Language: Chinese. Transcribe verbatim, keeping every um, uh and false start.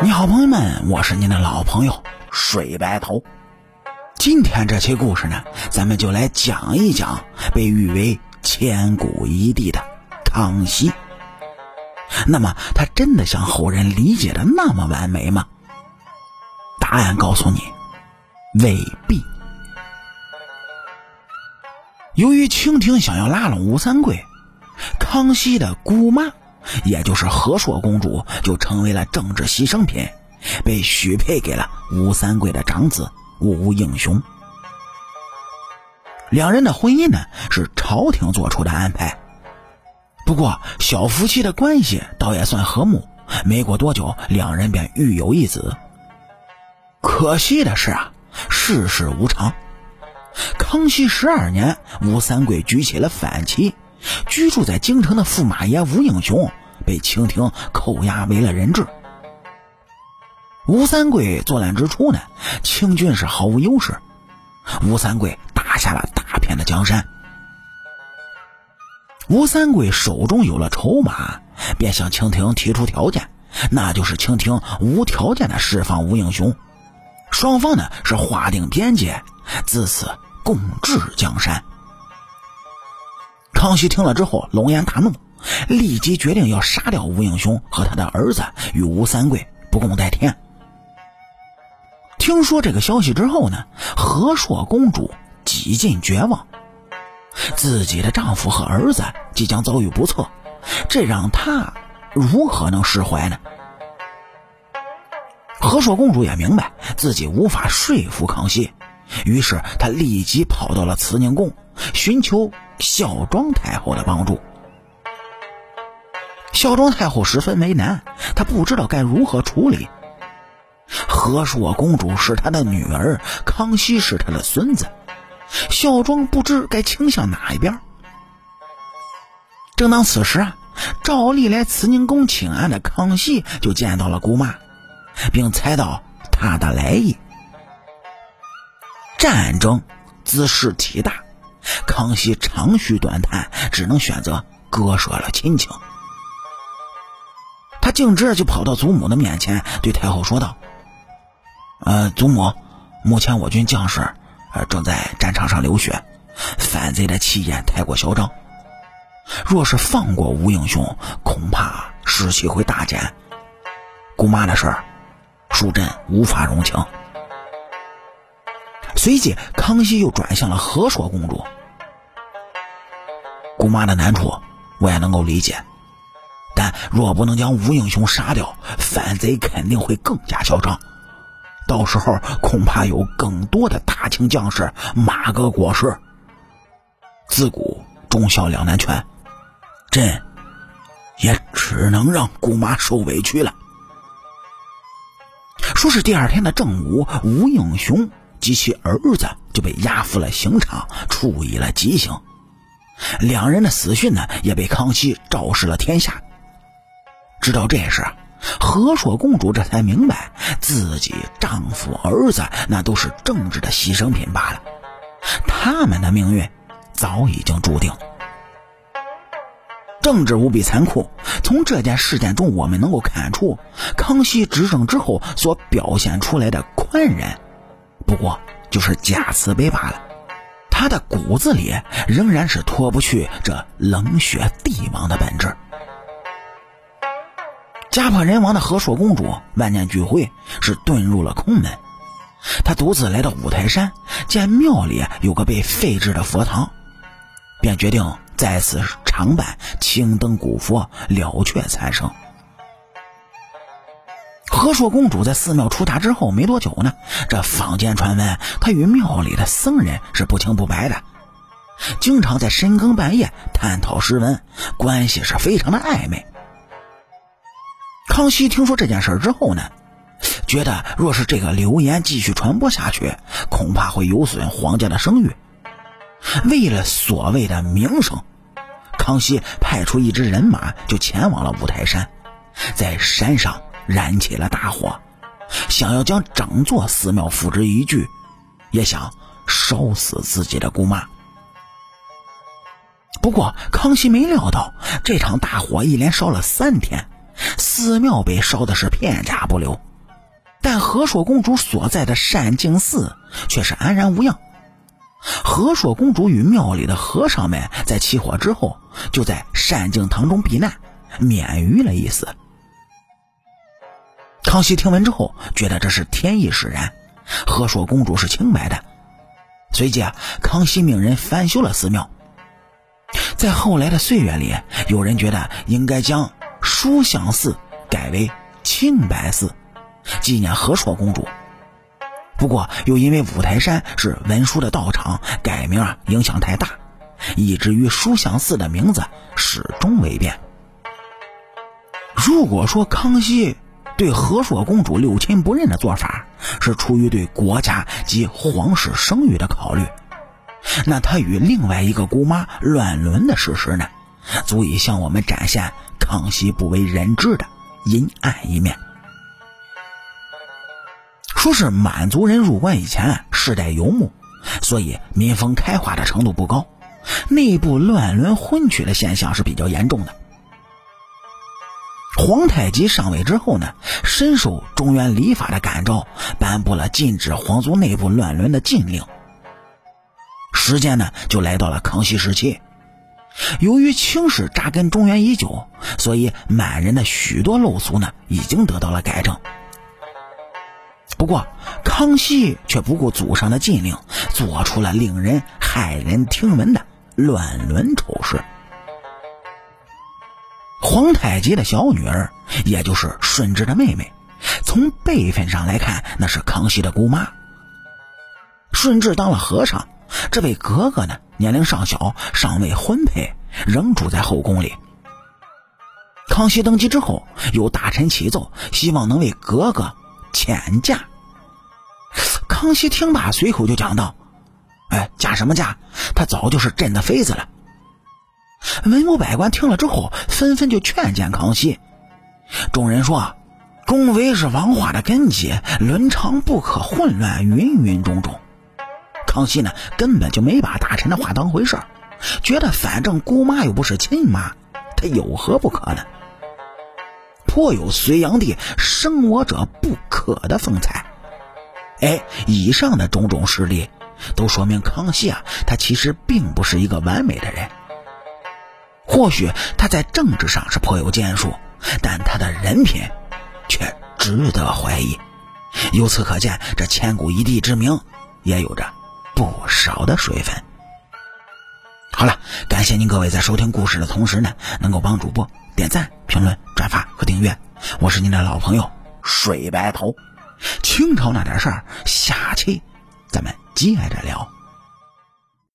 你好朋友们，我是您的老朋友水白头。今天这期故事呢，咱们就来讲一讲被誉为千古一帝的康熙。那么他真的像后人理解的那么完美吗？答案告诉你，未必。由于清廷想要拉拢吴三桂，康熙的姑妈也就是和硕公主就成为了政治牺牲品，被许配给了吴三桂的长子吴应熊。两人的婚姻呢，是朝廷做出的安排。不过小夫妻的关系倒也算和睦，没过多久两人便育有一子。可惜的是啊，世事无常。康熙十二年，吴三桂举起了反旗，居住在京城的驸马爷吴应熊被清廷扣押为了人质。吴三桂作乱之初呢，清军是毫无优势，吴三桂打下了大片的江山。吴三桂手中有了筹码，便向清廷提出条件，那就是清廷无条件的释放吴应熊。双方呢是划定边界，自此共治江山。康熙听了之后龙颜大怒，立即决定要杀掉吴应熊和他的儿子，与吴三桂不共戴天。听说这个消息之后呢，和硕公主几近绝望，自己的丈夫和儿子即将遭遇不测，这让她如何能释怀呢？和硕公主也明白自己无法说服康熙，于是她立即跑到了慈宁宫，寻求孝庄太后的帮助。孝庄太后十分为难，她不知道该如何处理。和硕公主是她的女儿，康熙是她的孙子，孝庄不知该倾向哪一边。正当此时啊，照例来慈宁宫请安的康熙就见到了姑妈，并猜到她的来意。战争姿势体大，康熙长吁短叹，只能选择割舍了亲情。他径直就跑到祖母的面前，对太后说道：呃，祖母，目前我军将士呃正在战场上流血，反贼的气焰太过嚣张，若是放过吴应熊，恐怕士气会大减。姑妈的事儿，恕朕无法容情。随即康熙又转向了和硕公主。姑妈的难处我也能够理解，但若不能将吴应熊杀掉，反贼肯定会更加嚣张，到时候恐怕有更多的大清将士马革裹尸。自古忠孝两难全，朕也只能让姑妈受委屈了。说是第二天的正午，吴应熊及其儿子就被押赴了刑场，处以了极刑。两人的死讯呢，也被康熙昭示了天下。知道这事，和硕公主这才明白，自己丈夫儿子那都是政治的牺牲品罢了，他们的命运早已经注定。政治无比残酷，从这件事件中我们能够看出康熙执政之后所表现出来的宽仁，不过就是假慈悲罢了，他的骨子里仍然是脱不去这冷血帝王的本质。家破人亡的和硕公主万念俱灰，是遁入了空门。她独自来到五台山，见庙里有个被废置的佛堂，便决定在此常办青灯古佛，了却残生。和硕公主在寺庙出塔之后没多久呢，这坊间传闻她与庙里的僧人是不清不白的，经常在深更半夜探讨诗文，关系是非常的暧昧。康熙听说这件事之后呢，觉得若是这个流言继续传播下去，恐怕会有损皇家的声誉。为了所谓的名声，康熙派出一支人马就前往了五台山，在山上燃起了大火，想要将整座寺庙付之一炬，也想烧死自己的姑妈。不过康熙没料到，这场大火一连烧了三天，寺庙被烧的是片甲不留， 但和硕公主所在的善静寺却是安然无恙。和硕公主与庙里的和尚们在起火之后，就在善静堂中避难，免于了一死。康熙听闻之后，觉得这是天意使然，和硕公主是清白的。随即啊，康熙命人翻修了寺庙。在后来的岁月里，有人觉得应该将书香寺改为清白寺，纪念和硕公主。不过又因为五台山是文殊的道场，改名啊影响太大，以至于书香寺的名字始终未变。如果说康熙对和硕公主六亲不认的做法是出于对国家及皇室声誉的考虑，那他与另外一个姑妈乱伦的事实呢，足以向我们展现康熙不为人知的阴暗一面。说是满族人入关以前世代游牧，所以民风开化的程度不高，内部乱伦婚娶的现象是比较严重的。皇太极上位之后呢，深受中原礼法的感召，颁布了禁止皇族内部乱伦的禁令。时间呢就来到了康熙时期。由于清史扎根中原已久，所以满人的许多陋俗呢已经得到了改正。不过康熙却不顾祖上的禁令，做出了令人骇人听闻的乱伦丑事。皇太极的小女儿，也就是顺治的妹妹，从辈分上来看，那是康熙的姑妈。顺治当了和尚，这位哥哥呢年龄尚小，尚未婚配，仍住在后宫里。康熙登基之后，有大臣启奏，希望能为哥哥遣嫁。康熙听罢，随口就讲道：哎，嫁什么嫁？他早就是朕的妃子了。文武百官听了之后，纷纷就劝谏康熙。众人说，宫闱是王化的根基，伦常不可混乱，云云种种。康熙呢，根本就没把大臣的话当回事，觉得反正姑妈又不是亲妈，他有何不可呢？颇有隋炀帝生我者不可的风采。哎，以上的种种事例都说明康熙啊，他其实并不是一个完美的人。或许他在政治上是颇有建树，但他的人品却值得怀疑。由此可见，这千古一帝之名也有着不少的水分。好了，感谢您各位在收听故事的同时呢，能够帮主播点赞、评论、转发和订阅。我是您的老朋友水白头。清朝那点事儿，下期咱们接着聊。